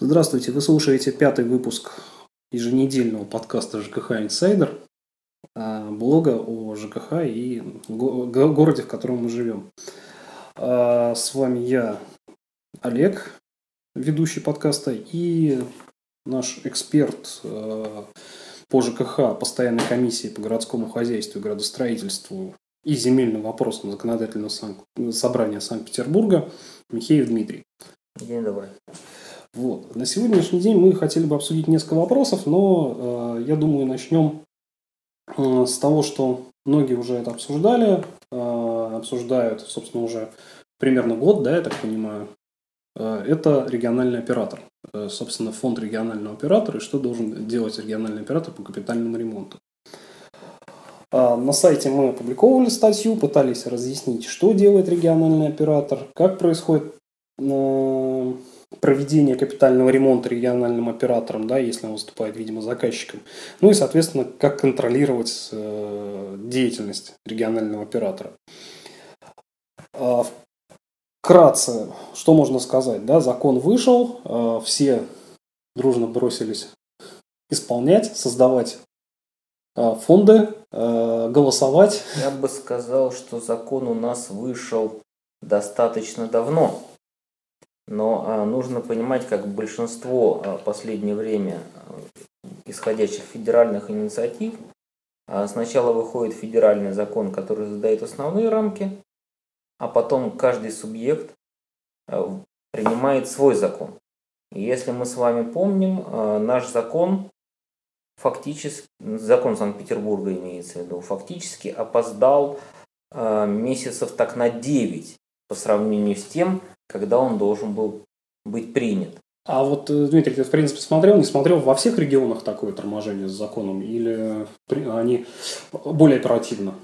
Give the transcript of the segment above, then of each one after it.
Здравствуйте, вы слушаете 5-й выпуск еженедельного подкаста ЖКХ Инсайдер, блога о ЖКХ и городе, в котором мы живем. С вами я, Олег, ведущий подкаста, и наш эксперт по ЖКХ, постоянной комиссии по городскому хозяйству, градостроительству и земельным вопросам Законодательного собрания Санкт-Петербурга Михеев Дмитрий. День добрый. Вот. На сегодняшний день мы хотели бы обсудить несколько вопросов, но я думаю, начнем с того, что многие уже это обсуждали, обсуждают, собственно, уже примерно год, да, я так понимаю. Это региональный оператор, собственно, фонд регионального оператора, и что должен делать региональный оператор по капитальному ремонту. На сайте мы опубликовывали статью, пытались разъяснить, что делает региональный оператор, как происходит проведение капитального ремонта региональным оператором, да, если он выступает, видимо, заказчиком. Ну и, соответственно, как контролировать деятельность регионального оператора. Вкратце, что можно сказать? Да, закон вышел, все дружно бросились исполнять, создавать фонды, голосовать. Я бы сказал, что закон у нас вышел достаточно давно. Но нужно понимать, как большинство в последнее время исходящих федеральных инициатив, сначала выходит федеральный закон, который задает основные рамки, а потом каждый субъект принимает свой закон. И если мы с вами помним, наш закон, фактически, закон Санкт-Петербурга имеется в виду, фактически опоздал месяцев так на 9 по сравнению с тем, когда он должен был быть принят. А вот, Дмитрий, ты в принципе смотрел, не смотрел, во всех регионах такое торможение с законом, или они более оперативно?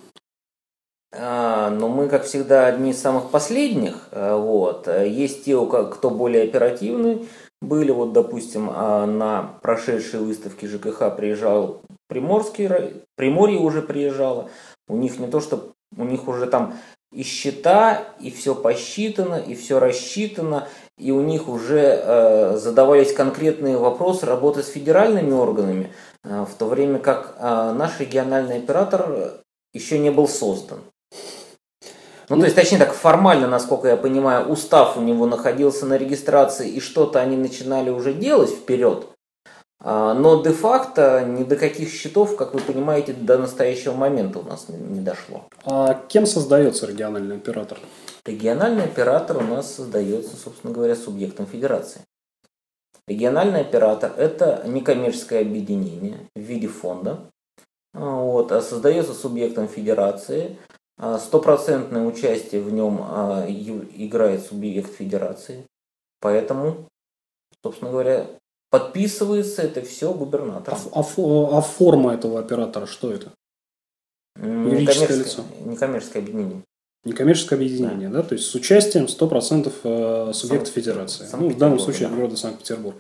Но мы, как всегда, одни из самых последних. Вот. Есть те, кто более оперативны были. Вот, допустим, на прошедшей выставке ЖКХ приезжал Приморье уже приезжало. У них не то, что у них уже там и счета, и все посчитано, и все рассчитано, и у них уже задавались конкретные вопросы работы с федеральными органами, в то время как наш региональный оператор еще не был создан. Ну, то есть, точнее так, формально, насколько я понимаю, устав у него находился на регистрации, и что-то они начинали уже делать вперед, но де-факто ни до каких счетов, как вы понимаете, до настоящего момента у нас не дошло. А кем создается региональный оператор? Региональный оператор у нас создается, собственно говоря, субъектом федерации. Региональный оператор – это некоммерческое объединение в виде фонда. Вот, создается субъектом федерации. 100% участие в нем играет субъект федерации. Поэтому, собственно говоря, подписывается это все губернатором. А форма этого оператора что это? Юридическое лицо? Некоммерческое объединение. Некоммерческое объединение, да? То есть с участием 100% субъекта федерации. Ну, в данном случае города Санкт-Петербург.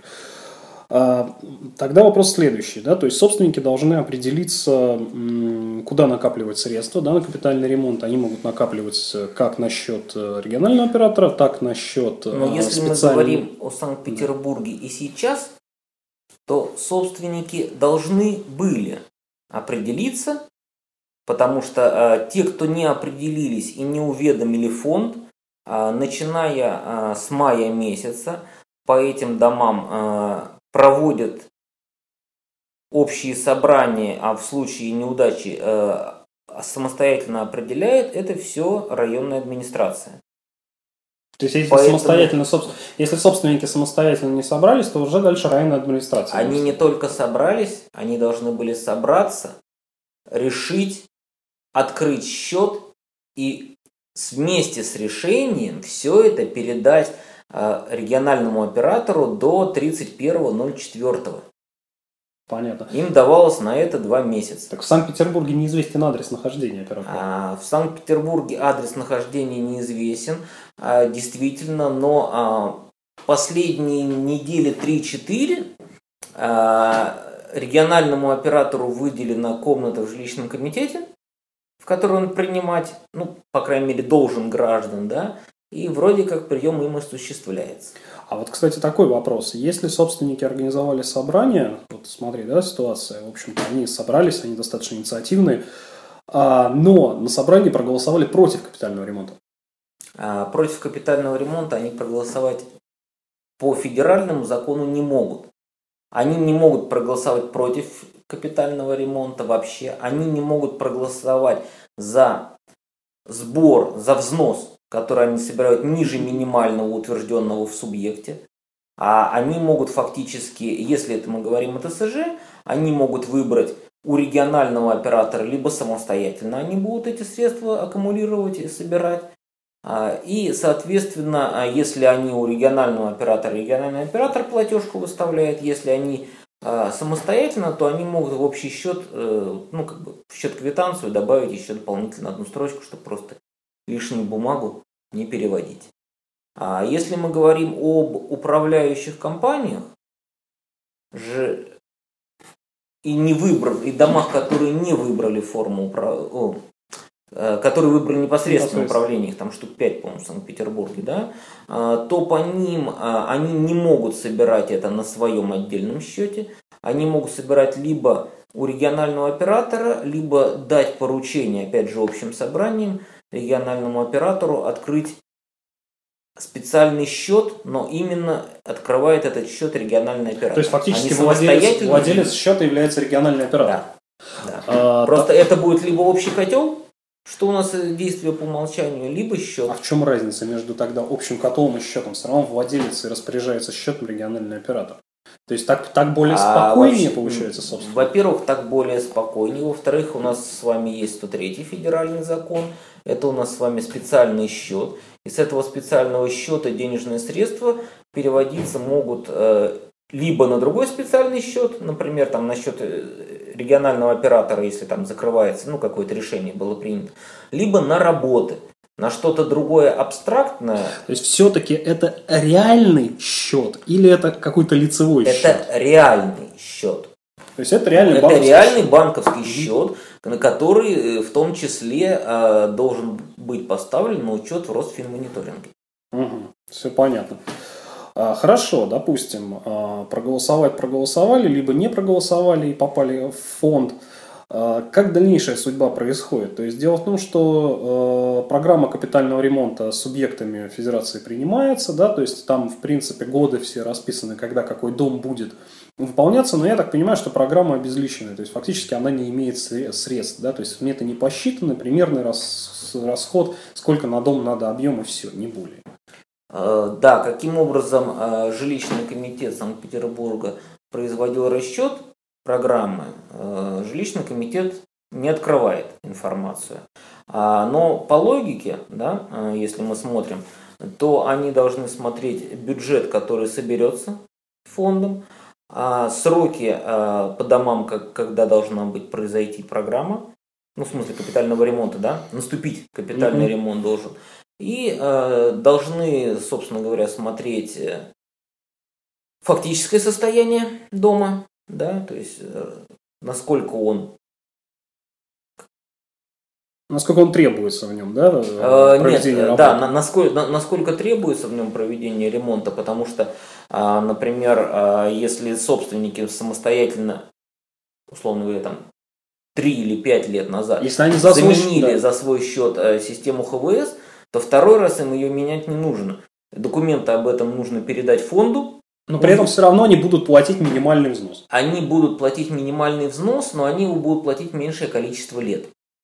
Тогда вопрос следующий, да, то есть собственники должны определиться, куда накапливать средства, да, на капитальный ремонт. Они могут накапливать как на счет регионального оператора, так на счет Но если мы говорим о Санкт-Петербурге и сейчас, то собственники должны были определиться, потому что те, кто не определились и не уведомили фонд, начиная с мая месяца по этим домам проводят общие собрания, а в случае неудачи самостоятельно определяет это все районная администрация. То есть, если собственники самостоятельно не собрались, то уже дальше районная администрация. Они не только собрались, они должны были собраться, решить, открыть счет и вместе с решением все это передать региональному оператору до 31.04. Понятно. Им давалось на это 2 месяца. Так в Санкт-Петербурге неизвестен адрес нахождения оператора. В Санкт-Петербурге адрес нахождения неизвестен, действительно, но последние недели 3-4 региональному оператору выделена комната в жилищном комитете, в которой он принимать, ну, по крайней мере, должен граждан, да, и вроде как прием им осуществляется. А вот, кстати, такой вопрос. Если собственники организовали собрание, вот смотри, да, ситуация, в общем-то, они собрались, они достаточно инициативные, но на собрании проголосовали против капитального ремонта. Против капитального ремонта они проголосовать по федеральному закону не могут. Они не могут проголосовать против капитального ремонта вообще. Они не могут проголосовать за сбор, за взнос, который они собирают ниже минимального, утвержденного в субъекте. А они могут фактически, если это мы говорим о ТСЖ, они могут выбрать у регионального оператора, либо самостоятельно они будут эти средства аккумулировать и собирать. И, соответственно, если они у регионального оператора, региональный оператор платежку выставляет, если они самостоятельно, то они могут в общий счет, в счет-квитанцию добавить еще дополнительно одну строчку, чтобы просто лишнюю бумагу не переводить. А если мы говорим об управляющих компаниях и домах, которые не выбрали форму которые выбрали непосредственно управление, их там штук 5, по-моему, в Санкт-Петербурге, да, то по ним они не могут собирать это на своем отдельном счете, они могут собирать либо у регионального оператора, либо дать поручение, опять же, общим собранием региональному оператору открыть специальный счет, но именно открывает этот счет региональный оператор. То есть фактически владелец счета является региональный оператор. Да. Просто это будет либо общий котел, что у нас действие по умолчанию, либо счет. А в чем разница между тогда общим котлом и счетом? Все равно владелец и распоряжается счетом региональный оператор. То есть так более спокойнее получается, собственно? Во-первых, так более спокойнее. Во-вторых, у нас с вами есть 103-й федеральный закон. Это у нас с вами специальный счет. И с этого специального счета денежные средства переводиться могут либо на другой специальный счет, например, там на счет регионального оператора, если там закрывается, какое-то решение было принято, либо на работы, на что-то другое абстрактное. То есть все-таки это реальный счет или это какой-то лицевой счет? Это реальный счет. То есть это реальный банковский счет, на который в том числе должен быть поставлен на учет в Росфинмониторинге. Все понятно. Хорошо, допустим, проголосовали, либо не проголосовали и попали в фонд. Как дальнейшая судьба происходит? То есть дело в том, что программа капитального ремонта субъектами федерации принимается, да, то есть там в принципе годы все расписаны, когда какой дом будет выполняться, но я так понимаю, что программа обезличенная, то есть фактически она не имеет средств, да, то есть сметы не посчитаны, примерный расход, сколько на дом надо объема, все, не более. Да, каким образом жилищный комитет Санкт-Петербурга производил расчет программы, жилищный комитет не открывает информацию. Но по логике, да, если мы смотрим, то они должны смотреть бюджет, который соберется фондом, сроки по домам, когда должна произойти программа, в смысле капитального ремонта, да, наступить капитальный ремонт должен. И должны, собственно говоря, смотреть фактическое состояние дома, да, то есть насколько он требуется в нем, да, проведение работы? Да, насколько требуется в нем проведение ремонта, потому что, например, если собственники самостоятельно, условно говоря, там 3 или 5 лет назад заменили за свой счет систему ХВС, то второй раз им ее менять не нужно. Документы об этом нужно передать фонду. Но при этом все равно они будут платить минимальный взнос. Они будут платить минимальный взнос, но они его будут платить меньшее количество лет.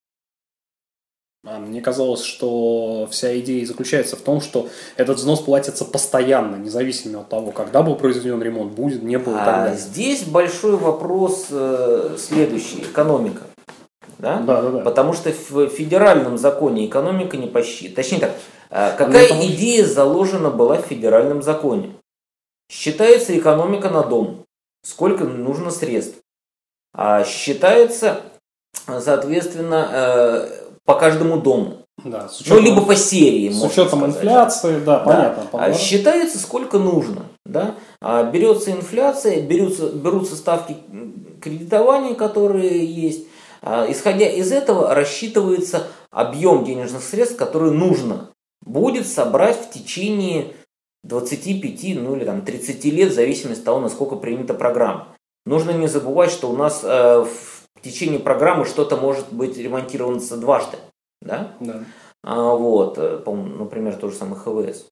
Мне казалось, что вся идея заключается в том, что этот взнос платится постоянно, независимо от того, когда был произведен ремонт, будет, не был и так далее. Здесь большой вопрос следующий. Экономика. Да? Да. Потому что в федеральном законе экономика не посчитана. Точнее так, какая идея заложена была в федеральном законе? Считается экономика на дом, сколько нужно средств. Считается, соответственно, по каждому дому. Да, либо по серии. С учетом инфляции, да, понятно. Считается, сколько нужно. Да? Берется инфляция, берутся ставки кредитования, которые есть. Исходя из этого рассчитывается объем денежных средств, которые нужно будет собрать в течение 25, ну или там 30 лет, в зависимости от того, насколько принята программа. Нужно не забывать, что у нас в течение программы что-то может быть ремонтироваться дважды. Да? Да. Вот, например, то же самое ХВС.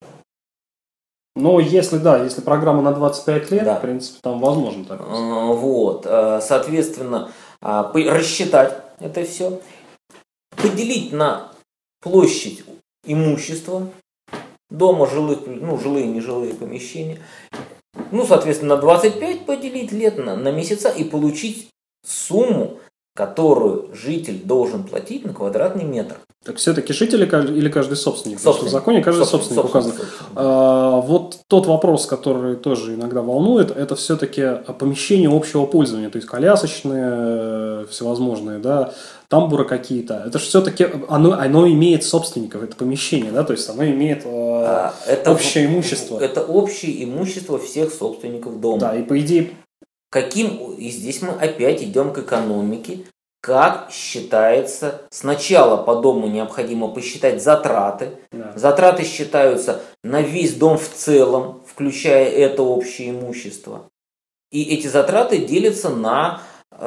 Но если программа на 25 лет, да. В принципе, там возможно так. Вот, соответственно, рассчитать это все, поделить на площадь имущества, дома, жилые, нежилые помещения, соответственно, на 25 поделить лет на месяца и получить сумму, которую житель должен платить на квадратный метр. Так все-таки житель или каждый собственник? Потому что в законе каждый собственник указан. Вот тот вопрос, который тоже иногда волнует, это все-таки помещение общего пользования, то есть колясочные, всевозможные, да, тамбуры какие-то. Это же все-таки оно имеет собственников, это помещение, да, то есть оно имеет общее имущество. Это общее имущество всех собственников дома. Да, и по идее... И здесь мы опять идем к экономике. Как считается, сначала по дому необходимо посчитать затраты. Да. Затраты считаются на весь дом в целом, включая это общее имущество. И эти затраты делятся на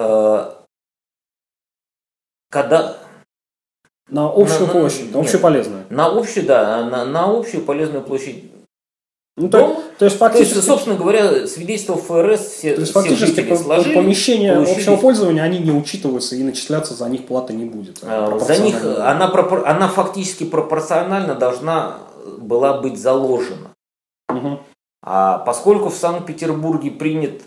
на общую площадь, на общеполезную. На общую полезную площадь. То есть, фактически, собственно говоря, свидетельство ФРС все жители сложили. Помещения общего пользования, они не учитываются и начисляться за них платы не будет. За них она фактически пропорционально должна была быть заложена. Угу. А поскольку в Санкт-Петербурге принят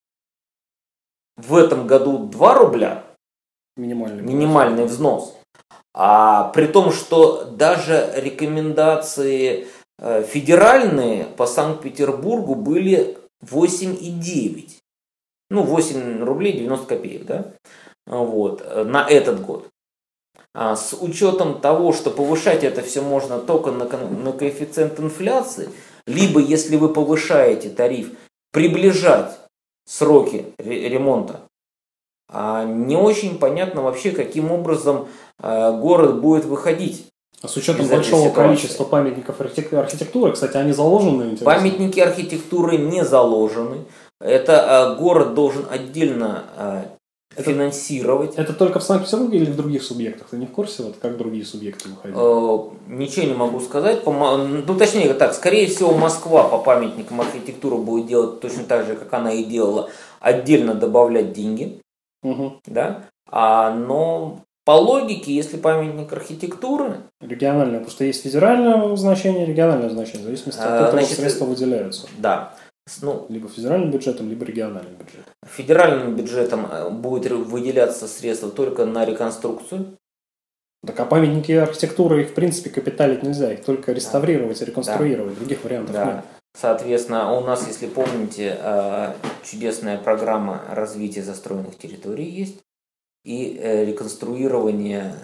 в этом году 2 рубля минимальный взнос, а при том, что даже рекомендации федеральные по Санкт-Петербургу были 8,9. 8 рублей 90 копеек, да? Вот, на этот год. С учетом того, что повышать это все можно только на коэффициент инфляции, либо, если вы повышаете тариф, приближать сроки ремонта, не очень понятно вообще, каким образом город будет выходить. А с учетом большого количества памятников архитектуры, кстати, они заложены? Интересно? Памятники архитектуры не заложены. Это город должен отдельно финансировать. Это только в Санкт-Петербурге или в других субъектах? Ты не в курсе, как другие субъекты выходили? Ничего не могу сказать. Точнее так, скорее всего, Москва по памятникам архитектуры будет делать точно так же, как она и делала, отдельно добавлять деньги. Угу. Да? Но по логике, если памятник архитектуры... Региональное, потому что есть федеральное значение, региональное значение, в зависимости от этого средства выделяются. Да. Либо федеральным бюджетом, либо региональным бюджетом. Федеральным бюджетом будет выделяться средства только на реконструкцию. Так а памятники архитектуры, их в принципе капиталить нельзя, их только реставрировать и реконструировать, других вариантов нет. Соответственно, у нас, если помните, чудесная программа развития застроенных территорий есть. И реконструирование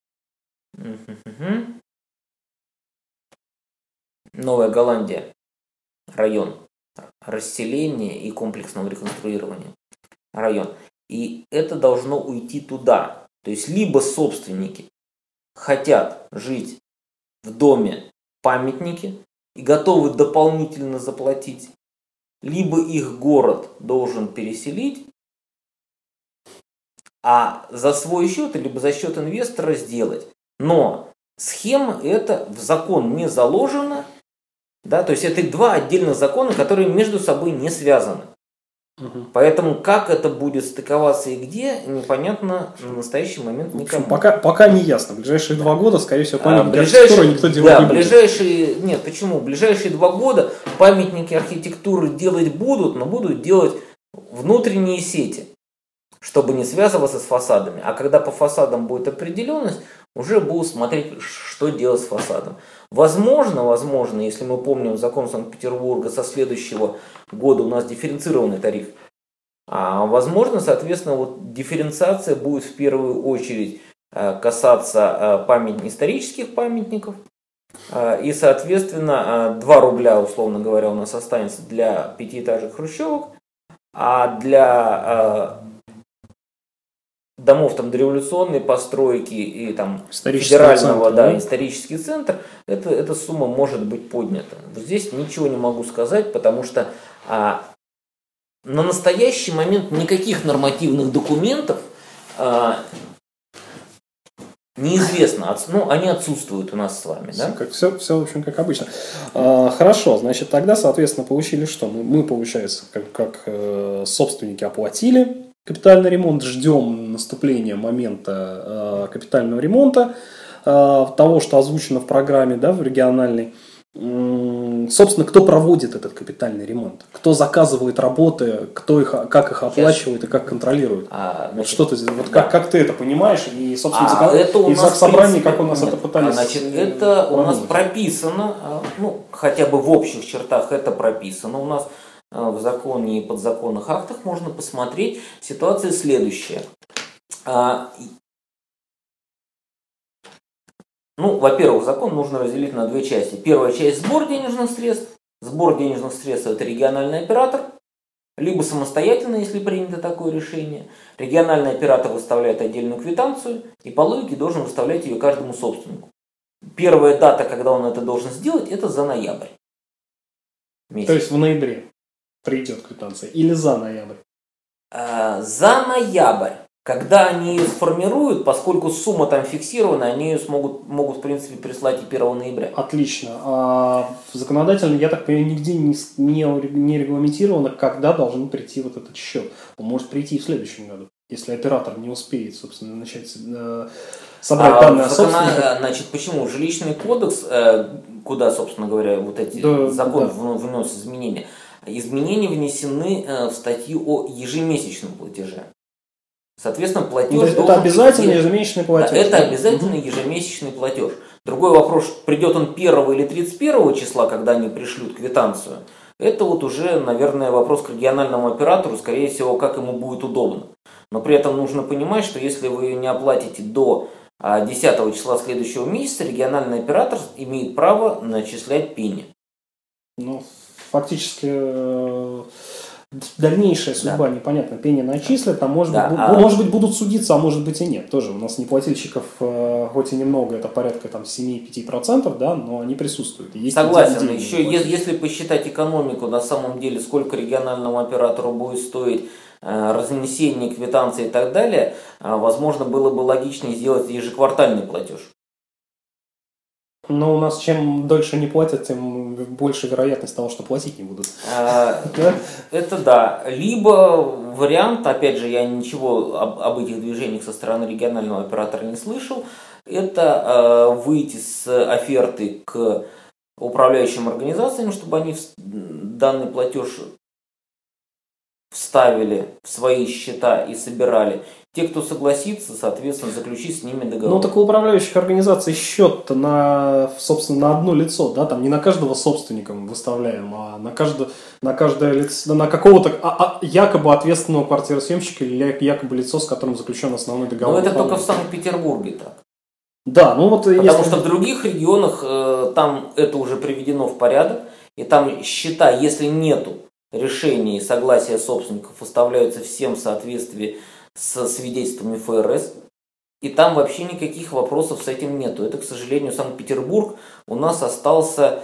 Новая Голландия, район расселения и комплексного реконструирования, район. И это должно уйти туда. То есть, либо собственники хотят жить в доме памятники и готовы дополнительно заплатить, либо их город должен переселить, а за свой счет, либо за счет инвестора сделать. Но схема эта в закон не заложена, да, то есть это 2 отдельных закона, которые между собой не связаны. Угу. Поэтому как это будет стыковаться и где, непонятно на настоящий момент никому. Пока не ясно. В ближайшие 2 года, скорее всего, памятники архитектуры никто делать не будет. Нет, почему? В ближайшие 2 года памятники архитектуры делать будут, но будут делать внутренние сети, чтобы не связываться с фасадами. А когда по фасадам будет определенность, уже будут смотреть, что делать с фасадом. Возможно, если мы помним закон Санкт-Петербурга, со следующего года у нас дифференцированный тариф. Возможно, соответственно, дифференциация будет в первую очередь касаться исторических памятников. И, соответственно, 2 рубля, условно говоря, у нас останется для 5-этажек хрущевок, а для домов там дореволюционной постройки и там федерального, да, исторический центр, эта сумма может быть поднята. Вот здесь ничего не могу сказать, потому что на настоящий момент никаких нормативных документов неизвестно, они отсутствуют у нас с вами. Да? Все, в общем, как обычно. Хорошо, значит, тогда, соответственно, получили что? Мы получается, как собственники оплатили капитальный ремонт, ждем наступления момента капитального ремонта, того, что озвучено в программе, да, в региональной. Собственно, кто проводит этот капитальный ремонт? Кто заказывает работы, как их оплачивает и как контролирует? Вот что ты, вот да. как ты это понимаешь? И, собственно, из собраний, как у нас это пытались... Значит, это у нас прописано, хотя бы в общих чертах это прописано у нас в законе и подзаконных актах, можно посмотреть. Ситуация следующая. Во-первых, закон нужно разделить на две части. Первая часть – сбор денежных средств. Сбор денежных средств – это региональный оператор, либо самостоятельно, если принято такое решение. Региональный оператор выставляет отдельную квитанцию и по логике должен выставлять ее каждому собственнику. Первая дата, когда он это должен сделать, это за ноябрь. Месяц. То есть в ноябре придет квитанция или за ноябрь? За ноябрь. Когда они ее сформируют, поскольку сумма там фиксирована, они ее могут в принципе прислать и 1 ноября. Отлично. А законодательно, я так понимаю, нигде не регламентировано, когда должен прийти вот этот счет. Он может прийти в следующем году, если оператор не успеет, собственно, начать собрать данные о собственниках. Значит, почему? Жилищный кодекс, куда, собственно говоря, вот эти законы вносят изменения. Изменения внесены в статью о ежемесячном платеже. Соответственно, платеж это обязательный ежемесячный платеж. Да, это обязательный ежемесячный платеж. Другой вопрос, придет он 1 или 31 числа, когда они пришлют квитанцию, это вот уже, наверное, вопрос к региональному оператору, скорее всего, как ему будет удобно. Но при этом нужно понимать, что если вы не оплатите до 10 числа следующего месяца, региональный оператор имеет право начислять пени. Фактически... Дальнейшая судьба непонятна. Пени начислят, а может быть будут судиться, а может быть и нет. Тоже у нас неплательщиков хоть и немного, это порядка 7-5%, да, но они присутствуют. Согласен. Еще если посчитать экономику, на самом деле, сколько региональному оператору будет стоить разнесение квитанции и так далее, возможно, было бы логичнее сделать ежеквартальный платеж. Но у нас чем дольше не платят, тем больше вероятность того, что платить не будут. Это да. Либо вариант, опять же, я ничего об этих движениях со стороны регионального оператора не слышал, это выйти с оферты к управляющим организациям, чтобы они данный платеж вставили в свои счета и собирали. Те, кто согласится, соответственно, заключить с ними договор. Так у управляющих организаций счет собственно, на одно лицо, да, там не на каждого собственника мы выставляем, а на каждое лицо, на какого-то якобы ответственного квартиросъемщика или якобы лицо, с которым заключен основной договор. Но это только в Санкт-Петербурге так. Да, Потому что в других регионах там это уже приведено в порядок, и там счета, если нету решения и согласия собственников, выставляются всем в соответствии с свидетельствами ФРС, и там вообще никаких вопросов с этим нету. Это, к сожалению, Санкт-Петербург у нас остался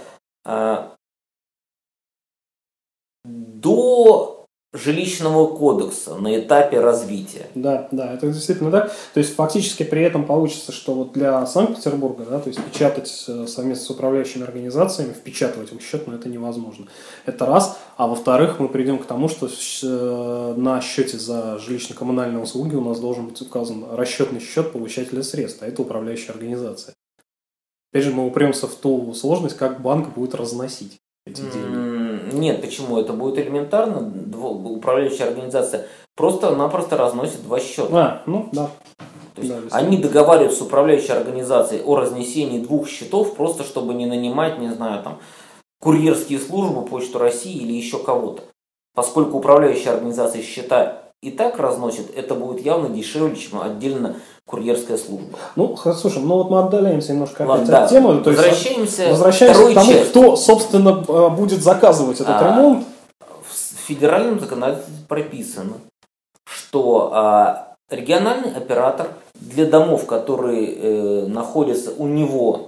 до жилищного кодекса на этапе развития. Да, это действительно так. То есть фактически при этом получится, что вот для Санкт-Петербурга, да, то есть печатать совместно с управляющими организациями, впечатывать им счет, это невозможно. Это раз. А во-вторых, мы придем к тому, что на счете за жилищно-коммунальные услуги у нас должен быть указан расчетный счет получателя средств, а это управляющая организация. Опять же, мы упремся в ту сложность, как банк будет разносить эти деньги. Нет, почему? Это будет элементарно. Управляющая организация просто-напросто разносит два счета. Да. То есть они договариваются с управляющей организацией о разнесении двух счетов, просто чтобы не нанимать, не знаю, курьерские службы, Почту России или еще кого-то. Поскольку управляющая организация счета и так разносит, это будет явно дешевле, чем отдельно курьерская служба. Слушай, мы отдаляемся немножко от темы. То возвращаемся к тому, кто, собственно, будет заказывать этот ремонт. В федеральном законодательстве прописано, что региональный оператор для домов, которые находятся у него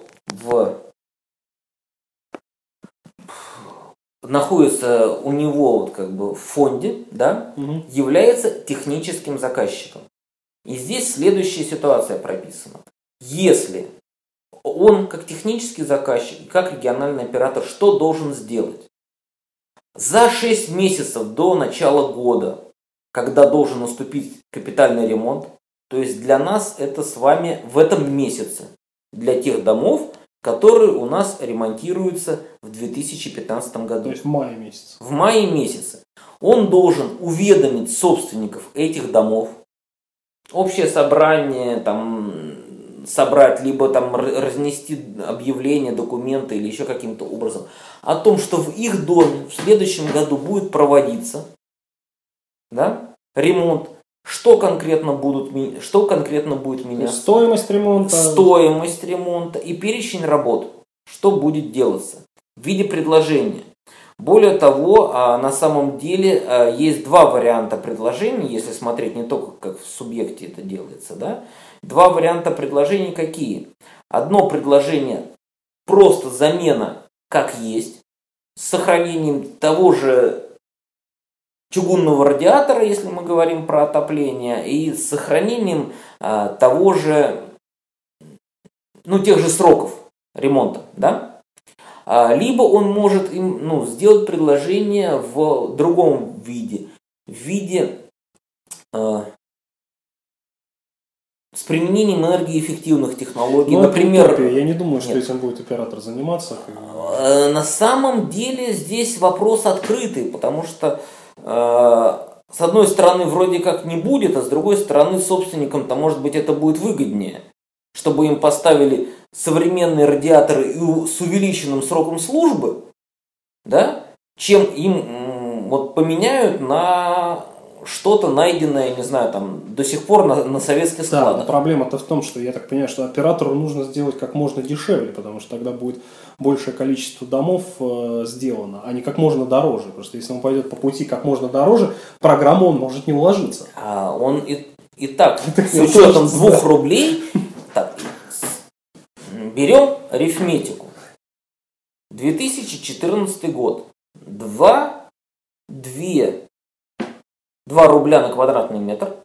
в фонде, да, является техническим заказчиком. И здесь следующая ситуация прописана. Если он, как технический заказчик, как региональный оператор, что должен сделать? За 6 месяцев до начала года, когда должен наступить капитальный ремонт, то есть для нас это с вами в этом месяце, для тех домов, которые у нас ремонтируются в 2015 году. То есть в мае месяце. В мае месяце. Он должен уведомить собственников этих домов, общее собрание, собрать, либо разнести объявления, документы или еще каким-то образом, о том, что в их доме в следующем году будет проводиться, да, ремонт. Что конкретно будет меняться? Стоимость ремонта. Стоимость ремонта и перечень работ. Что будет делаться в виде предложения. Более того, на самом деле есть два варианта предложений, если смотреть не только как в субъекте это делается. Да? Два варианта предложений какие? Одно предложение просто замена как есть, с сохранением того же чугунного радиатора, если мы говорим про отопление, и с сохранением тех же сроков ремонта. Да? Либо он может им сделать предложение в другом виде. В виде с применением энергоэффективных технологий. Например, я не думаю, что этим будет оператор заниматься. На самом деле здесь вопрос открытый, потому что с одной стороны вроде как не будет, а с другой стороны собственникам-то, может быть, это будет выгоднее, чтобы им поставили современные радиаторы с увеличенным сроком службы, да, чем им поменяют на что-то найденное, не знаю, до сих пор на советских складах. Да, проблема-то в том, что я так понимаю, что оператору нужно сделать как можно дешевле, потому что тогда будет большее количество домов сделано, а не как можно дороже. Потому что если он пойдет по пути как можно дороже, программу он может не уложиться. Он и так, с учетом 2 рублей, берем арифметику. 2014 год. 2 рубля на квадратный метр.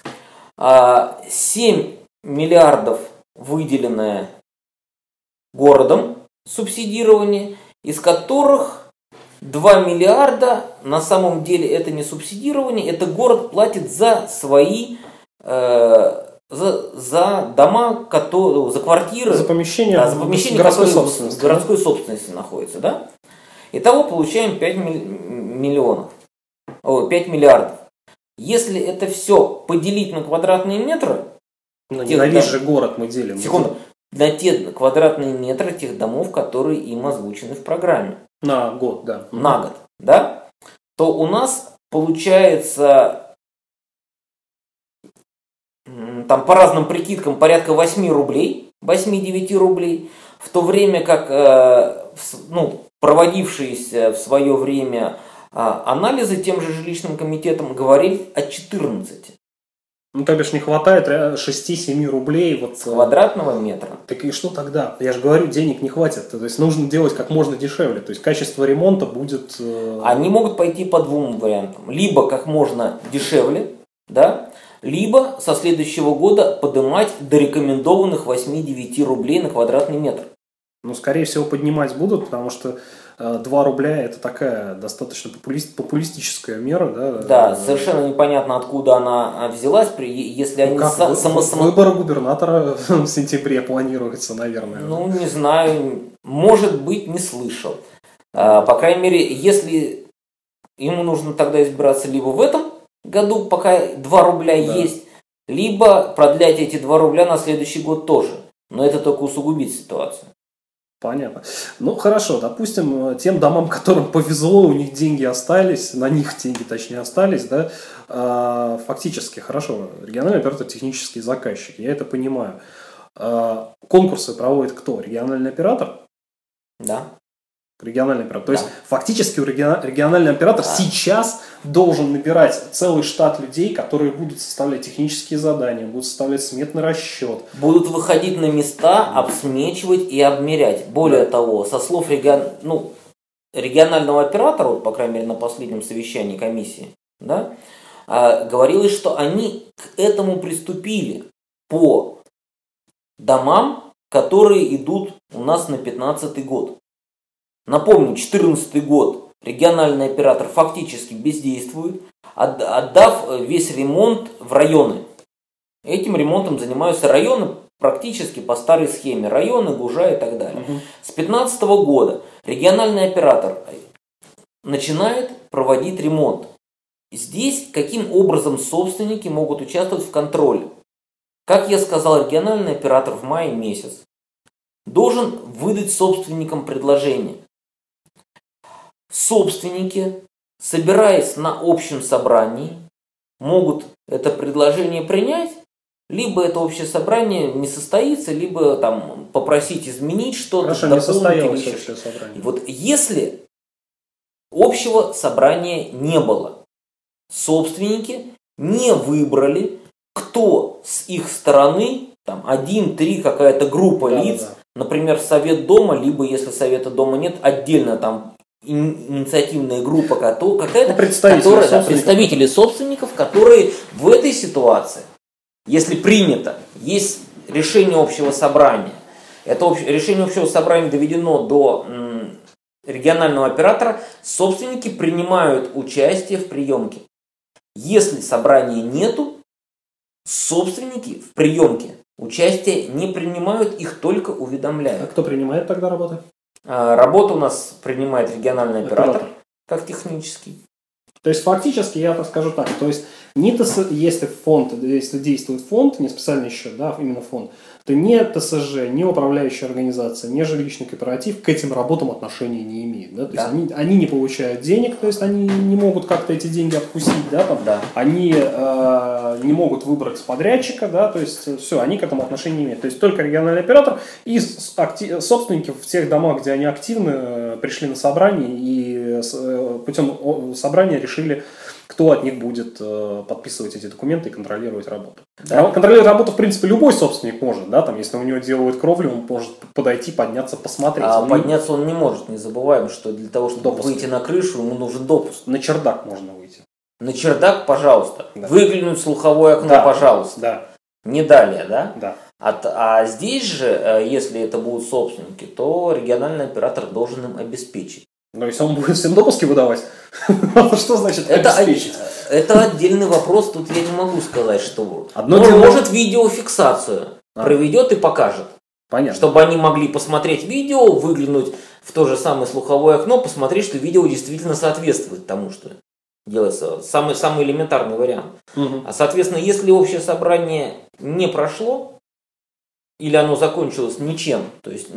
7 миллиардов выделенное городом субсидирование, из которых 2 миллиарда на самом деле это не субсидирование, это город платит за свои за дома, за квартиры, за помещения, которые в городской собственности находятся. Да? Итого получаем 5 миллиардов. Если это все поделить на квадратные метры, на весь же город мы делим. Секунду. На те квадратные метры тех домов, которые им озвучены в программе. На год, да. На год, да? То у нас получается по разным прикидкам порядка 8 рублей, 8-9 рублей, в то время как проводившиеся в свое время анализы тем же жилищным комитетом говорили о 14. То бишь не хватает 6-7 рублей. С квадратного метра. Так и что тогда? Я же говорю, денег не хватит. То есть нужно делать как можно дешевле. То есть качество ремонта будет... Они могут пойти по 2 вариантам. Либо как можно дешевле, да, либо со следующего года поднимать до рекомендованных 8-9 рублей на квадратный метр. Скорее всего, поднимать будут, потому что 2 рубля это такая достаточно популистическая мера. Да, совершенно непонятно, откуда она взялась, если они Выборы губернатора в сентябре планируются, наверное. Не знаю, может быть, не слышал. По крайней мере, если ему нужно тогда избираться либо в этом году, пока 2 рубля есть, либо продлять эти 2 рубля на следующий год тоже. Но это только усугубит ситуацию. Понятно. Хорошо, допустим, тем домам, которым повезло, у них деньги остались, на них деньги, точнее, остались, да, фактически, хорошо, региональный оператор, технический заказчик, я это понимаю. Конкурсы проводит кто? Региональный оператор? Да. Региональный оператор. То есть фактически региональный оператор сейчас должен набирать целый штат людей, которые будут составлять технические задания, будут составлять сметный расчет. Будут выходить на места, обсмечивать и обмерять. Более того, со слов регионального оператора, вот, по крайней мере на последнем совещании комиссии, да, говорилось, что они к этому приступили по домам, которые идут у нас на 2015 год. Напомню, 2014 год региональный оператор фактически бездействует, отдав весь ремонт в районы. Этим ремонтом занимаются районы практически по старой схеме. Районы, Гужа и так далее. С 2015 года региональный оператор начинает проводить ремонт. Здесь каким образом собственники могут участвовать в контроле? Как я сказал, региональный оператор в мае месяц должен выдать собственникам предложение. Собственники, собираясь на общем собрании, могут это предложение принять, либо это общее собрание не состоится, либо там попросить изменить что-то. Хорошо, не состоялось общее собрание. И вот если общего собрания не было, собственники не выбрали, кто с их стороны, там 1-3 какая-то группа лиц, например, совет дома, либо если совета дома нет, отдельно там инициативная группа какая-то, представители собственников, которые в этой ситуации, если принято, есть решение общего собрания, это решение общего собрания доведено до регионального оператора, собственники принимают участие в приемке. Если собрания нету, собственники в приемке участие не принимают, их только уведомляют. А кто принимает тогда работу? Работу у нас принимает региональный оператор, как технический. То есть фактически, я так скажу так, то есть если действует фонд, не специальный счет, да, именно фонд, то ни ТСЖ, ни управляющая организация, ни жилищный кооператив к этим работам отношения не имеют. Да? То есть они не получают денег, то есть они не могут как-то эти деньги откусить, да, там, они не могут выбрать подрядчика, да, то есть все, они к этому отношения не имеют. То есть только региональный оператор и собственники в тех домах, где они активны, пришли на собрание и путем собрания решили, кто от них будет подписывать эти документы и контролировать работу. Да. Контролировать работу, в принципе, любой собственник может, да, там, если у него делают кровлю, он может подойти, подняться, посмотреть. Подняться он не может, не забываем, что для того, чтобы выйти на крышу, ему нужен допуск. На чердак можно выйти. На чердак, пожалуйста. Да. Выглянуть в слуховое окно, пожалуйста. Да. Не далее, да? Да. А здесь же, если это будут собственники, то региональный оператор должен им обеспечить. Но если он будет всем допуски выдавать, что значит обеспечить? Это отдельный вопрос, тут я не могу сказать, что он может видеофиксацию проведет и покажет. Понятно. Чтобы они могли посмотреть видео, выглянуть в то же самое слуховое окно, посмотреть, что видео действительно соответствует тому, что делается. Самый элементарный вариант. А соответственно, если общее собрание не прошло, или оно закончилось ничем, то есть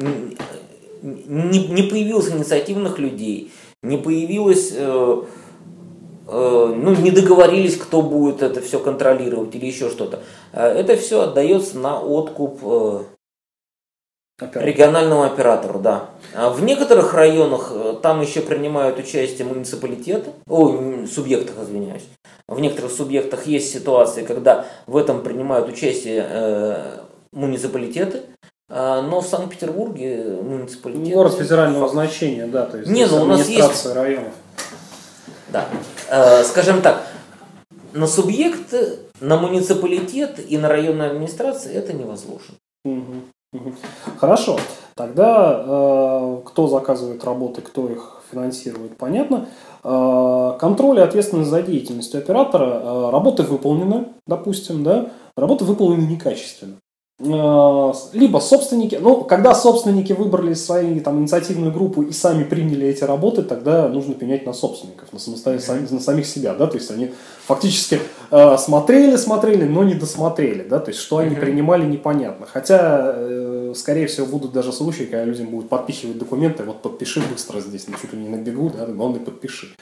не появилось инициативных людей, не появилось, не договорились, кто будет это все контролировать или еще что-то. Это все отдается на откуп региональному оператору, да. В некоторых районах там еще принимают участие муниципалитеты, субъектах, извиняюсь. В некоторых субъектах есть ситуации, когда в этом принимают участие муниципалитеты. Но в Санкт-Петербурге муниципалитет... Город федерального значения, да, то есть у нас есть районов. Да. Скажем так, на субъект, на муниципалитет и на районную администрацию это не возложено. Хорошо. Тогда кто заказывает работы, кто их финансирует, понятно. Контроль и ответственность за деятельностью оператора. Работы выполнены, допустим, да, работы выполнены некачественно. Либо собственники, когда собственники выбрали свою инициативную группу и сами приняли эти работы, тогда нужно пенять на собственников, на самих себя, да, то есть они фактически смотрели, но не досмотрели, да, то есть что они принимали, непонятно, хотя, скорее всего, будут даже случаи, когда людям будут подпихивать документы, вот подпиши быстро здесь, чуть ли не на бегу, да, главное подпиши.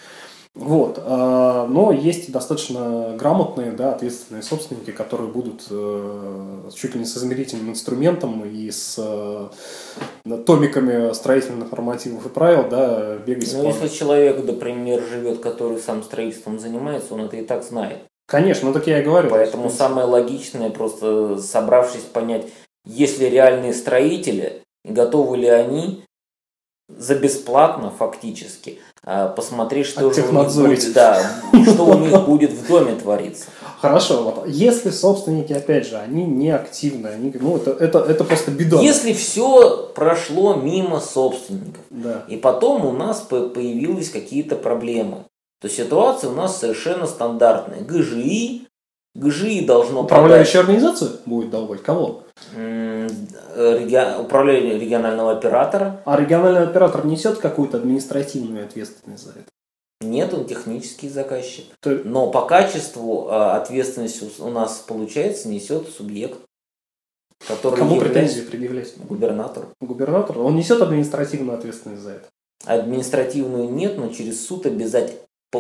Вот. Но есть и достаточно грамотные, да, ответственные собственники, которые будут чуть ли не с измерительным инструментом и с томиками строительных нормативов и правил, да, бегать. Ну, если человек, например, живет, который сам строительством занимается, он это и так знает. Конечно, ну так я и говорю. Поэтому самое логичное, просто собравшись, понять, есть ли реальные строители, готовы ли они за бесплатно фактически посмотреть, что же у них будет, да, что у них будет в доме твориться. Хорошо, вот если собственники, опять же, они не активны, они, ну это просто беда. Если все прошло мимо собственников, да. И потом у нас появились какие-то проблемы, то ситуация у нас совершенно стандартная. ГЖИ должно Управляющая организация будет долбать кого? Управление регионального оператора. А региональный оператор несет какую-то административную ответственность за это? Нет, он технический заказчик. Но по качеству ответственность у нас, получается, несет субъект, который Кому претензии предъявлять? Губернатору. Губернатору? Он несет административную ответственность за это? Административную нет, но через суд обязательно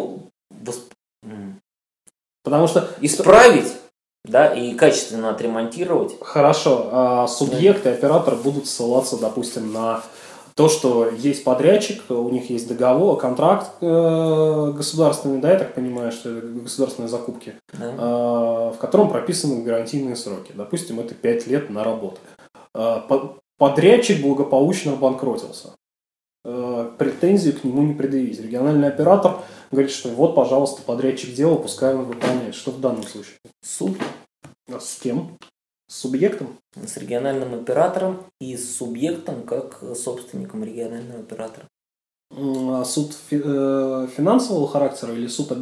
потому что исправить, да, и качественно отремонтировать. Хорошо. Субъекты, операторы будут ссылаться, допустим, на то, что есть подрядчик, у них есть договор, контракт государственный, да, я так понимаю, что это государственные закупки, да. В котором прописаны гарантийные сроки. Допустим, это 5 лет на работу. Подрядчик благополучно обанкротился. Претензию к нему не предъявить. Региональный оператор говорит, что вот, пожалуйста, подрядчик делал, пускай он выполняет. Что в данном случае? Суд. А с кем? С субъектом? С региональным оператором и с субъектом, как собственником регионального оператора. А суд финансового характера или суд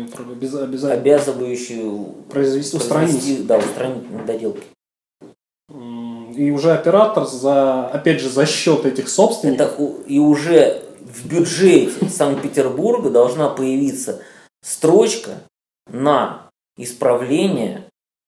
обязывающий устранить? Да, устранить недоделки. И уже оператор, опять же, за счет этих собственников... И уже в бюджете Санкт-Петербурга должна появиться строчка на исправление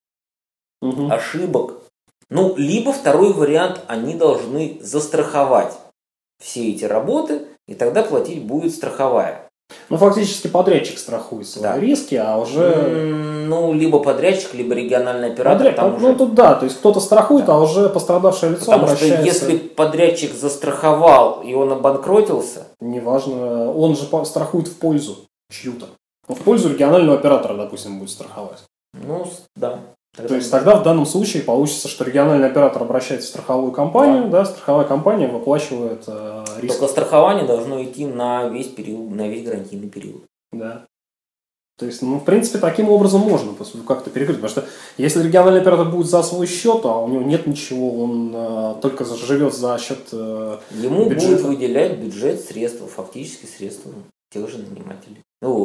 ошибок. Ну, либо второй вариант, они должны застраховать все эти работы, и тогда платить будет страховая. Ну, фактически подрядчик страхует свои риски, а уже... Ну, либо подрядчик, либо региональный оператор. Тут да, то есть кто-то страхует, а уже пострадавшее лицо обращается... Потому что если подрядчик застраховал, и он обанкротился... Неважно, он же страхует в пользу чью-то. В пользу регионального оператора, допустим, будет страховать. Ну, да. То есть тогда в данном случае получится, что региональный оператор обращается в страховую компанию, да, страховая компания выплачивает риск. Только страхование должно идти на весь период, на весь гарантийный период. Да. То есть, в принципе, таким образом можно как-то перекрыть. Потому что если региональный оператор будет за свой счет, а у него нет ничего, он только живет за счет ему бюджета. Будет выделять бюджет средства, фактически средства тех же нанимателей.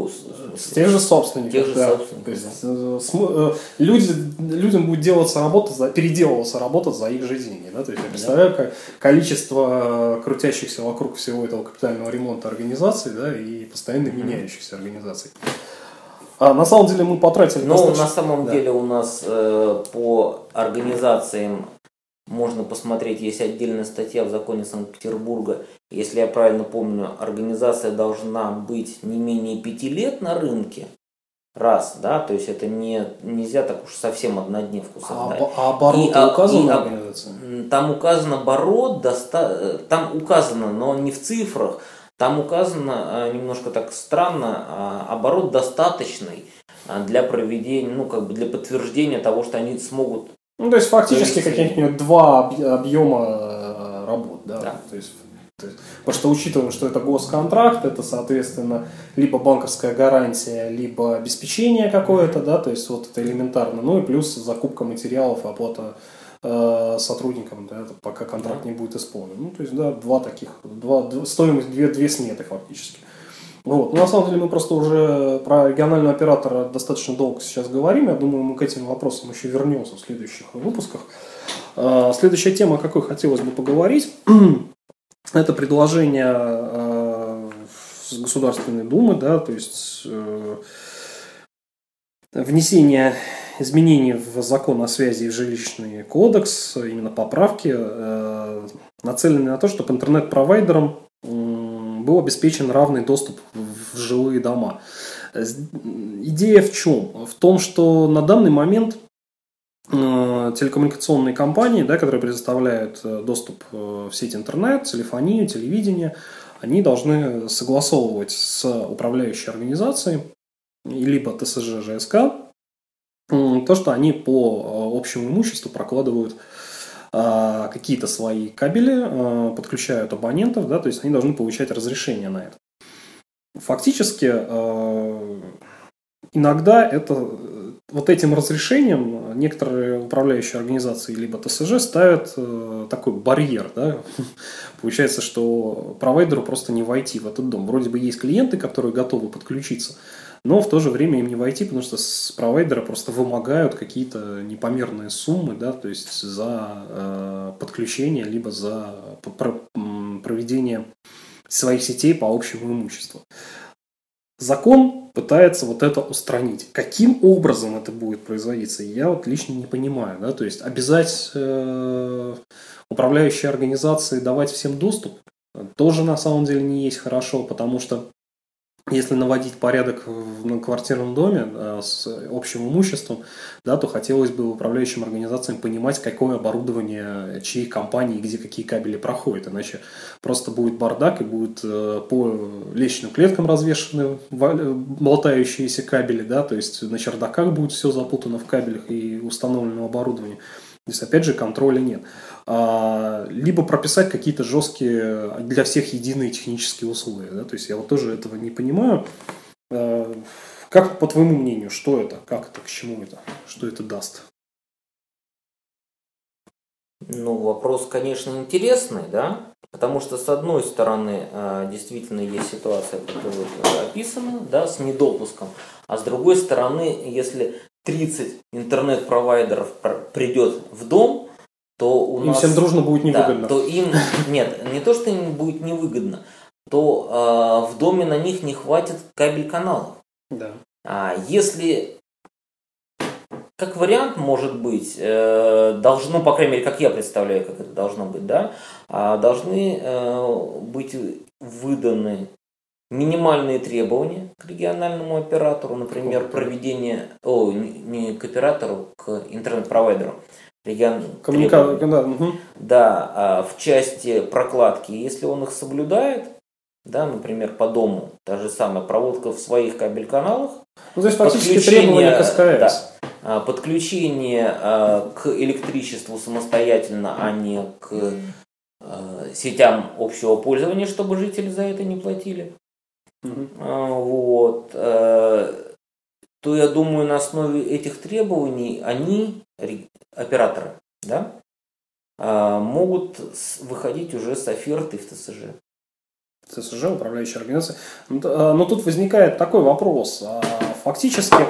Тех же собственников. Тех же собственников. Людям будет переделываться работа за их же деньги. Да? То есть я представляю количество крутящихся вокруг всего этого капитального ремонта организаций, да, и постоянно меняющихся организаций. На самом деле мы потратили... На самом деле у нас по организациям можно посмотреть, есть отдельная статья в законе Санкт-Петербурга. Если я правильно помню, организация должна быть не менее 5 лет на рынке. Раз, да, то есть это нельзя так уж совсем однодневку создать. А обороты указаны в организации? Там указан оборот, там указано, но не в цифрах. Там указано немножко так странно, оборот достаточный для проведения, для подтверждения того, что они смогут. То есть фактически каких-нибудь 2 объема работ, да. То есть, потому что учитывая, что это госконтракт, это, соответственно, либо банковская гарантия, либо обеспечение какое-то, да, то есть вот это элементарно. Ну и плюс закупка материалов, оплата сотрудникам, да, пока контракт не будет исполнен. Ну, то есть, да, стоимость две сметы фактически. Вот. Но на самом деле мы просто уже про регионального оператора достаточно долго сейчас говорим. Я думаю, мы к этим вопросам еще вернемся в следующих выпусках. Следующая тема, о какой хотелось бы поговорить, это предложение с Государственной Думы, да, то есть внесение изменений в закон о связи и в жилищный кодекс, именно поправки, нацеленные на то, чтобы интернет-провайдерам был обеспечен равный доступ в жилые дома. Идея в чем? В том, что на данный момент телекоммуникационные компании, да, которые предоставляют доступ в сеть интернет, телефонию, телевидение, они должны согласовывать с управляющей организацией, либо ТСЖ, ЖСК, то, что они по общему имуществу прокладывают какие-то свои кабели, подключают абонентов, да, то есть они должны получать разрешение на это. Фактически, иногда вот этим разрешением некоторые управляющие организации либо ТСЖ ставят такой барьер. Да? Получается, что провайдеру просто не войти в этот дом. Вроде бы есть клиенты, которые готовы подключиться, но в то же время им не войти, потому что с провайдера просто вымогают какие-то непомерные суммы, да, то есть за подключение, либо за проведение своих сетей по общему имуществу. Закон пытается вот это устранить. Каким образом это будет производиться, я вот лично не понимаю. Да? То есть обязать управляющие организации давать всем доступ тоже на самом деле не есть хорошо, потому что если наводить порядок в многоквартирном доме с общим имуществом, да, то хотелось бы управляющим организациям понимать, какое оборудование чьей компании, где какие кабели проходят. Иначе просто будет бардак и будут по лестничным клеткам развешаны болтающиеся кабели, да, то есть на чердаках будет все запутано в кабелях и установленном оборудовании. Здесь опять же контроля нет. Либо прописать какие-то жесткие для всех единые технические условия. Да? То есть я вот тоже этого не понимаю. Как по твоему мнению, что это? Как это? К чему это? Что это даст? Ну, вопрос, конечно, интересный, да? Потому что, с одной стороны, действительно есть ситуация, которая описана, да, с недопуском. А с другой стороны, если 30 интернет-провайдеров придет в дом, то у им нас... всем дружно будет невыгодно. Да, то им... Нет, не то, что им будет невыгодно, то в доме на них не хватит кабель-каналов. Да. Если... Как вариант, может быть, должно, по крайней мере, как я представляю, как это должно быть, да, должны быть выданы минимальные требования к региональному оператору, например, проведение, не к оператору, к интернет-провайдеру. Да, в части прокладки, если он их соблюдает, да, например, по дому, та же самая проводка в своих кабель-каналах. Ну, то есть фактически требования к СКС. Да, подключение к электричеству самостоятельно, а не к сетям общего пользования, чтобы жители за это не платили. Вот. То я думаю, на основе этих требований они, операторы, да, могут выходить уже с офертой в ТСЖ. ТСЖ, управляющая организация. Но тут возникает такой вопрос. Фактически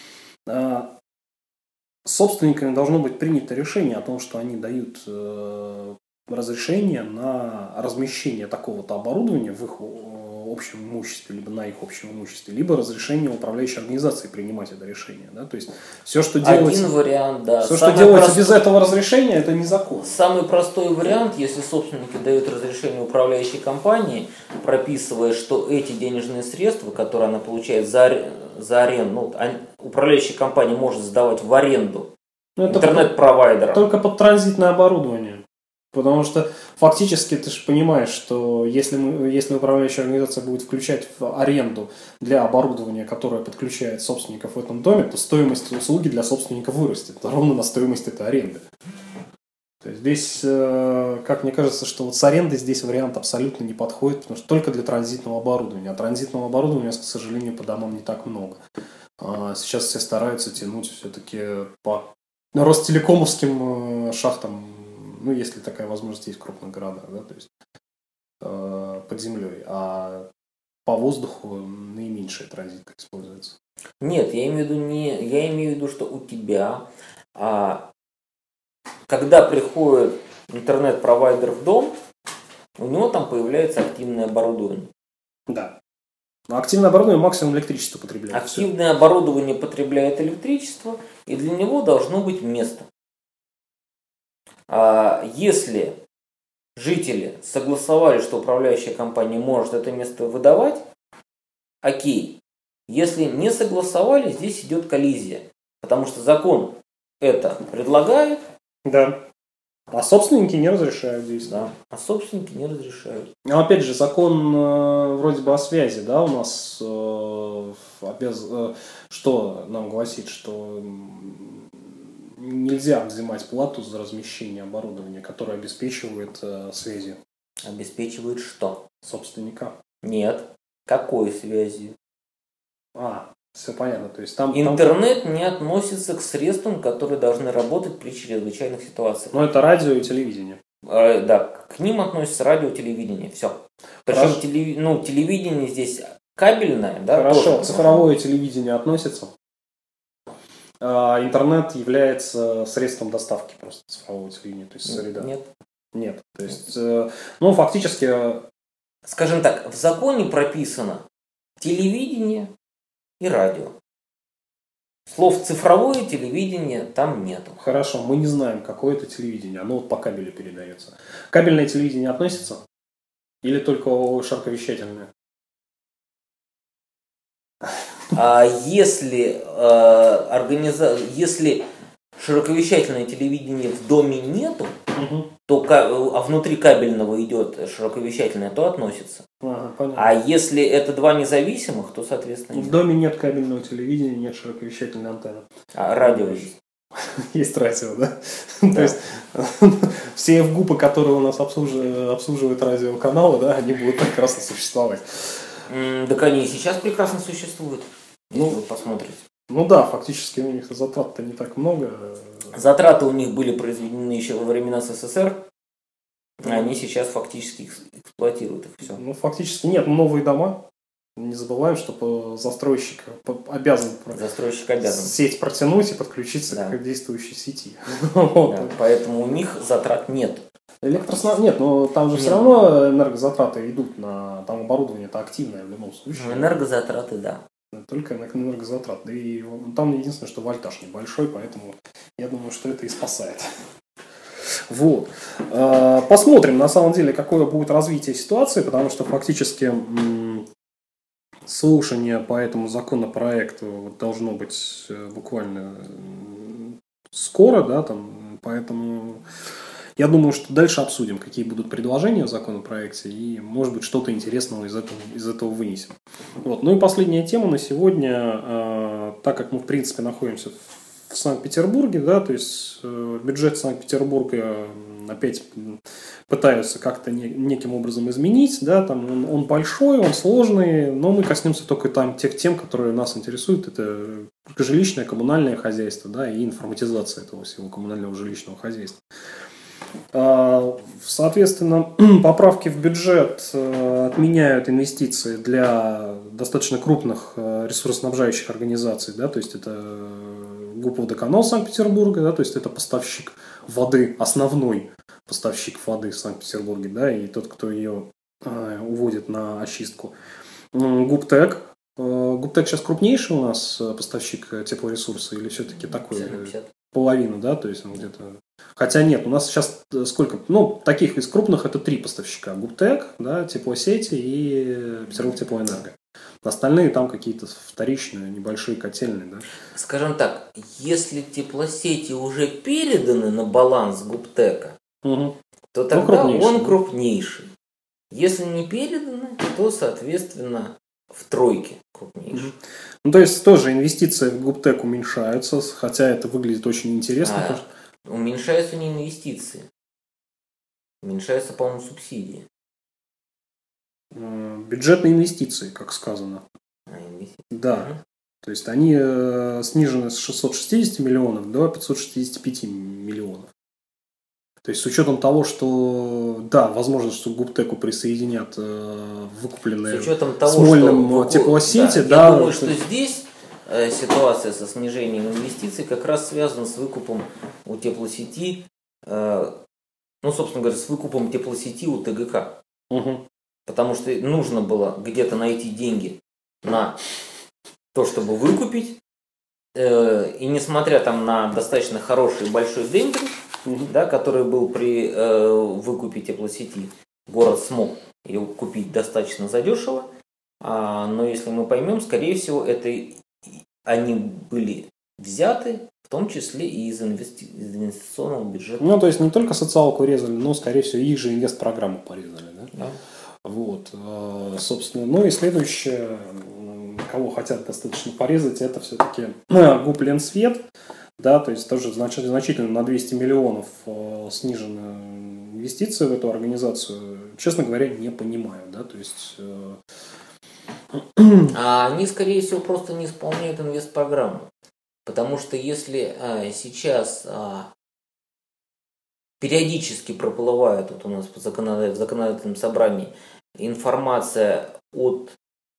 собственниками должно быть принято решение о том, что они дают разрешение на размещение такого-то оборудования в их общем имуществе, либо на их общем имуществе, либо разрешение управляющей организации принимать это решение. Да? То есть все, что делается, один вариант, да. Все, что делается без этого разрешения, это незаконно. Самый простой вариант, если собственники дают разрешение управляющей компании, прописывая, что эти денежные средства, которые она получает за аренду, управляющая компания может сдавать в аренду интернет-провайдерам. Только под транзитное оборудование. Потому что фактически ты же понимаешь, что если управляющая организация будет включать в аренду для оборудования, которое подключает собственников в этом доме, то стоимость услуги для собственников вырастет ровно на стоимость этой аренды. То есть здесь, как мне кажется, что вот с арендой здесь вариант абсолютно не подходит, потому что только для транзитного оборудования. А транзитного оборудования у нас, к сожалению, по домам не так много. Сейчас все стараются тянуть все-таки по Ростелекомовским шахтам, ну, если такая возможность есть в крупных городах, да, то есть под землей, а по воздуху наименьшая транзитка используется. Нет, я имею в виду, что у тебя, когда приходит интернет-провайдер в дом, у него там появляется активное оборудование. Да. Но активное оборудование максимум электричество потребляет. Активное оборудование потребляет электричество, и для него должно быть место. Если жители согласовали, что управляющая компания может это место выдавать, окей. Если не согласовали, здесь идет коллизия. Потому что закон это предлагает. Да. А собственники не разрешают здесь. Да. А собственники не разрешают. Но опять же, закон вроде бы о связи, да, у нас что нам гласит, что нельзя взимать плату за размещение оборудования, которое обеспечивает связью. Обеспечивает что? Собственника. Нет. Какой связью? Все понятно. То есть там интернет не относится к средствам, которые должны работать при чрезвычайных ситуациях. Но это радио и телевидение. Да, к ним относится радио, телевидение, все. Причем телевидение здесь кабельное, да? Хорошо, цифровое телевидение относится. Интернет является средством доставки просто цифрового телевидения, то есть среда. Нет. То есть, фактически... Скажем так, в законе прописано телевидение и радио. Слов цифровое телевидение там нету. Хорошо, мы не знаем, какое это телевидение. Оно вот по кабелю передается. Кабельное телевидение относится? Или только широковещательное? Если широковещательное телевидение в доме нету, а внутри кабельного идет широковещательное, то относится. А если это два независимых, то, соответственно, в доме нет кабельного телевидения, нет широковещательной антенны. А радио есть? Есть радио, да? То есть все ФГУПы, которые у нас обслуживают радиоканалы, да, они будут прекрасно существовать. Так они и сейчас прекрасно существуют. Если вы посмотрите. Да, фактически у них затрат-то не так много. Затраты у них были произведены еще во времена СССР, а они сейчас фактически эксплуатируют их все. Фактически нет, новые дома. Не забываем, что застройщик обязан сеть протянуть и подключиться к действующей сети. Да, поэтому у них затрат нет. Нет, но там же все равно энергозатраты идут на там оборудование, это активное в любом случае. Энергозатраты, да. Только на энергозатрат. Да и там единственное, что вольтаж небольшой, поэтому я думаю, что это и спасает. Вот. Посмотрим, на самом деле, какое будет развитие ситуации, потому что фактически слушание по этому законопроекту должно быть буквально скоро, да, там, поэтому я думаю, что дальше обсудим, какие будут предложения в законопроекте, и, может быть, что-то интересного из этого вынесем. Вот. Ну и последняя тема на сегодня, так как мы, в принципе, находимся в Санкт-Петербурге, да, то есть бюджет Санкт-Петербурга опять пытаются как-то неким образом изменить, да, там он большой, он сложный, но мы коснемся только тех тем, которые нас интересуют, это жилищное, коммунальное хозяйство, да, и информатизация этого всего коммунального жилищного хозяйства. Соответственно, поправки в бюджет отменяют инвестиции для достаточно крупных ресурсоснабжающих организаций, да, то есть это ГУП «Водоканал» Санкт-Петербурга, да, то есть это поставщик воды, основной поставщик воды в Санкт-Петербурге, да, и тот, кто ее уводит на очистку. ГУПТЭК. ГУПТЭК сейчас крупнейший у нас поставщик теплоресурса или все-таки такой? 50. Половину, да, то есть он где-то... Хотя нет, у нас сейчас сколько? Таких из крупных это 3 поставщика. ГУПТЭК, да, Теплосети и Петербург Теплоэнерго. Остальные там какие-то вторичные, небольшие котельные, да. Скажем так, если теплосети уже переданы на баланс ГУПТЭКа, то тогда он крупнейший. Если не переданы, то, соответственно, в тройке крупнейший. То есть тоже инвестиции в ГУПТЭК уменьшаются, хотя это выглядит очень интересно. Уменьшаются не инвестиции. Уменьшаются, по-моему, субсидии. Бюджетные инвестиции, как сказано. Да. То есть они снижены с 660 миллионов до 565 миллионов. То есть с учетом того, что, да, возможно, что к ГУПТЭКу присоединят выкупленные Смольным теплосети. Да, я думаю, что здесь ситуация со снижением инвестиций как раз связана с выкупом у теплосети, собственно говоря, с выкупом теплосети у ТГК. Потому что нужно было где-то найти деньги на то, чтобы выкупить. И несмотря там на достаточно хороший большой демпинг, да, который был при выкупе теплосети. Город смог ее купить достаточно задешево, но если мы поймем, скорее всего, они были взяты, в том числе и из инвестиционного бюджета. Ну, то есть не только социалку резали, но, скорее всего, их же инвестпрограмму порезали, да? Да. Вот, собственно, ну и следующее, кого хотят достаточно порезать, это все-таки ГУП Ленсвет, да, то есть тоже значительно на 200 миллионов снижены инвестиции в эту организацию, честно говоря, не понимаю, да, то есть... Они, скорее всего, просто не исполняют инвестпрограмму, потому что если сейчас периодически проплывает вот у нас в законодательном собрании информация от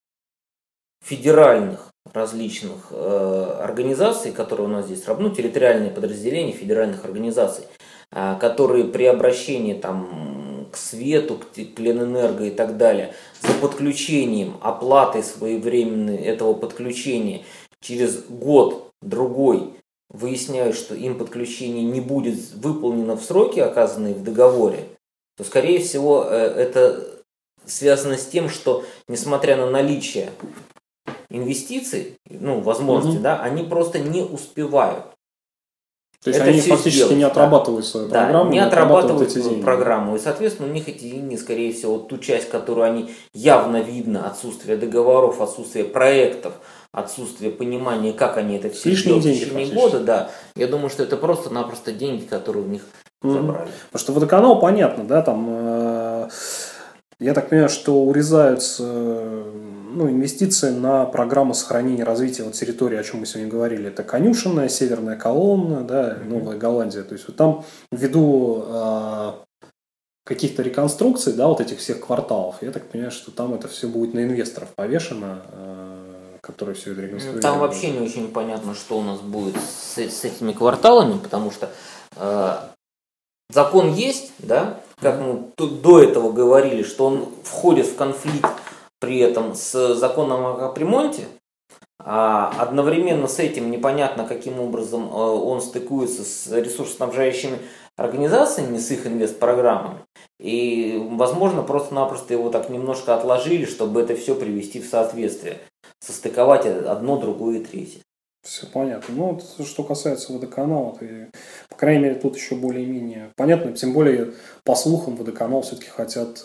федеральных различных организаций, которые у нас здесь работают, территориальные подразделения федеральных организаций, которые при обращении там, к свету, к Ленэнерго и так далее, за подключением, оплатой своевременной этого подключения через год-другой выясняют, что им подключение не будет выполнено в сроки, оказанные в договоре, то, скорее всего, это связано с тем, что, несмотря на наличие инвестиций, возможностей, да, они просто не успевают. То есть они фактически сделать, не отрабатывают свою программу, не отрабатывают свою программу. И, соответственно, у них эти деньги, скорее всего, ту часть, которую они явно видно, отсутствие договоров, отсутствие проектов, отсутствие понимания, как они это все делают в течение года, да, я думаю, что это просто-напросто деньги, которые у них забрали. Потому что водоканал, понятно, да, там, я так понимаю, что урезаются инвестиции на программу сохранения и развития территории, о чем мы сегодня говорили. Это Конюшенная, Северная Коломна, да, Новая Голландия. То есть вот там ввиду каких-то реконструкций, да, вот этих всех кварталов, я так понимаю, что там это все будет на инвесторов повешено, которые все это реконструируют. Там вообще не очень понятно, что у нас будет с этими кварталами, потому что закон есть, да, как мы до этого говорили, что он входит в конфликт при этом с законом о капремонте, а одновременно с этим непонятно, каким образом он стыкуется с ресурсоснабжающими организациями, с их инвестпрограммами. И, возможно, просто-напросто его так немножко отложили, чтобы это все привести в соответствие, состыковать одно, другое и третье. Все понятно. Ну, вот, что касается водоканала, то, по крайней мере, тут еще более-менее понятно. Тем более, по слухам, водоканал все-таки хотят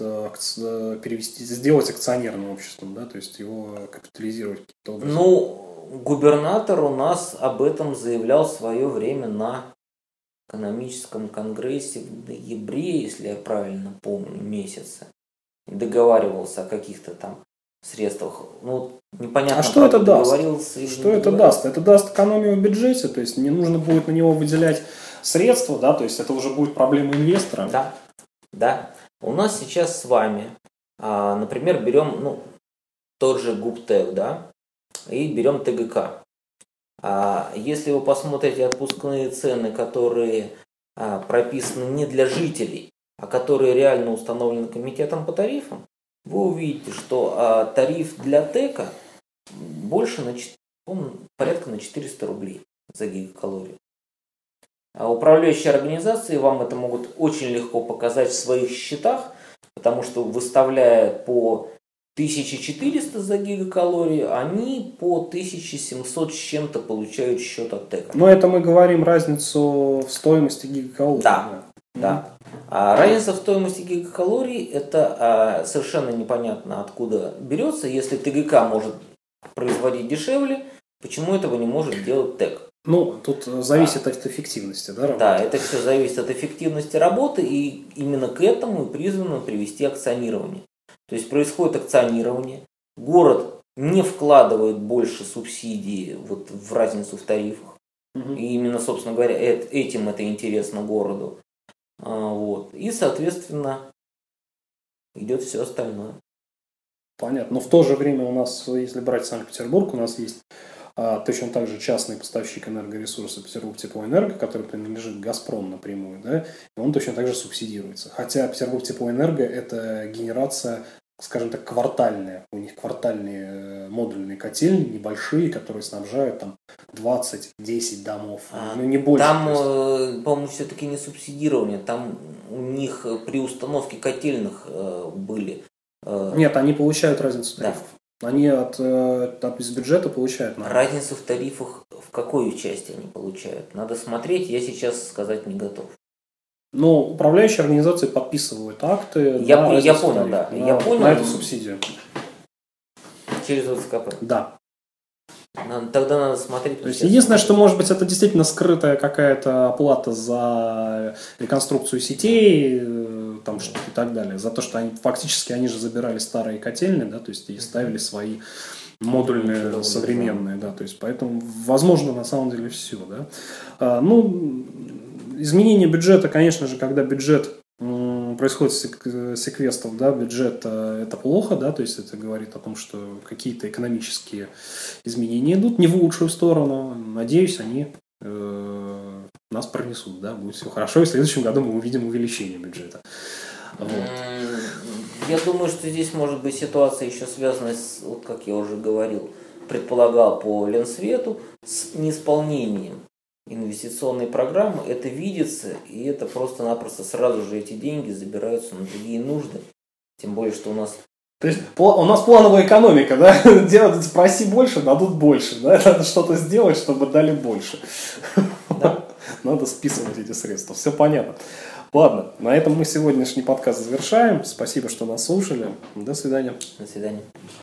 сделать акционерным обществом, да, то есть его капитализировать каким-то образом. Ну, губернатор у нас об этом заявлял в свое время на экономическом конгрессе в ноябре, если я правильно помню, месяце. Договаривался о каких-то там средствах. Ну, непонятно, а что это даст? Что это даст? Это даст экономию в бюджете, то есть не нужно будет на него выделять средства, да, то есть это уже будет проблема инвестора. Да. У нас сейчас с вами, например, берем тот же ГУПТЭК, да, и берем ТГК. Если вы посмотрите отпускные цены, которые прописаны не для жителей, а которые реально установлены комитетом по тарифам, вы увидите, что тариф для ТЭКа больше порядка на 400 рублей за гигакалорию. Управляющие организации вам это могут очень легко показать в своих счетах, потому что, выставляя по 1400 за гигакалорию, они по 1700 с чем-то получают счет от ТЭКа. Но это мы говорим разницу в стоимости гигакалорий. Да. А разница в стоимости гигакалорий это совершенно непонятно откуда берется. Если ТГК может производить дешевле, почему этого не может делать ТЭК? Ну, тут зависит от эффективности, да, работы? Да, это все зависит от эффективности работы, и именно к этому и призвано привести акционирование. То есть происходит акционирование, город не вкладывает больше субсидий вот в разницу в тарифах, и именно, собственно говоря, этим это интересно городу. Вот. И, соответственно, идет все остальное. Понятно. Но в то же время у нас, если брать Санкт-Петербург, у нас есть точно так же частный поставщик энергоресурса Петербургтеплоэнерго, который принадлежит Газпром напрямую, да, и он точно так же субсидируется. Хотя Петербургтеплоэнерго – это генерация скажем так, квартальные. У них квартальные модульные котельные, небольшие, которые снабжают там 20-10 домов. Ну, не больше. Там, по-моему, все-таки не субсидирование. Там у них при установке котельных были. Нет, они получают разницу тарифов. Да. Они из бюджета получают. Разницу в тарифах в какой части они получают? Надо смотреть, я сейчас сказать не готов. Но управляющие организации подписывают акты. Я понял, да. Я понял. На эту субсидию. Через ВЦКП. Да. Тогда надо смотреть. То есть единственное, что может быть, это действительно скрытая какая-то оплата за реконструкцию сетей там, что и так далее. За то, что фактически они же забирали старые котельные, да, то есть и ставили свои модульные, современные, да, то есть поэтому возможно на самом деле все, да. Изменение бюджета, конечно же, когда бюджет происходит секвестов, да, бюджет это плохо, да, то есть это говорит о том, что какие-то экономические изменения идут не в лучшую сторону. Надеюсь, они нас пронесут, да, будет все хорошо, и в следующем году мы увидим увеличение бюджета. Вот. Я думаю, что здесь может быть ситуация еще связана с, как я уже говорил, предполагал по Ленсвету, с неисполнением инвестиционной программы. Это видится, и это просто-напросто сразу же эти деньги забираются на другие нужды. Тем более, что у нас... То есть у нас плановая экономика, да? Делать, спроси больше, дадут больше. Да? Надо что-то сделать, чтобы дали больше. Да. Надо списывать эти средства. Все понятно. Ладно, на этом мы сегодняшний подкаст завершаем. Спасибо, что нас слушали. До свидания. До свидания.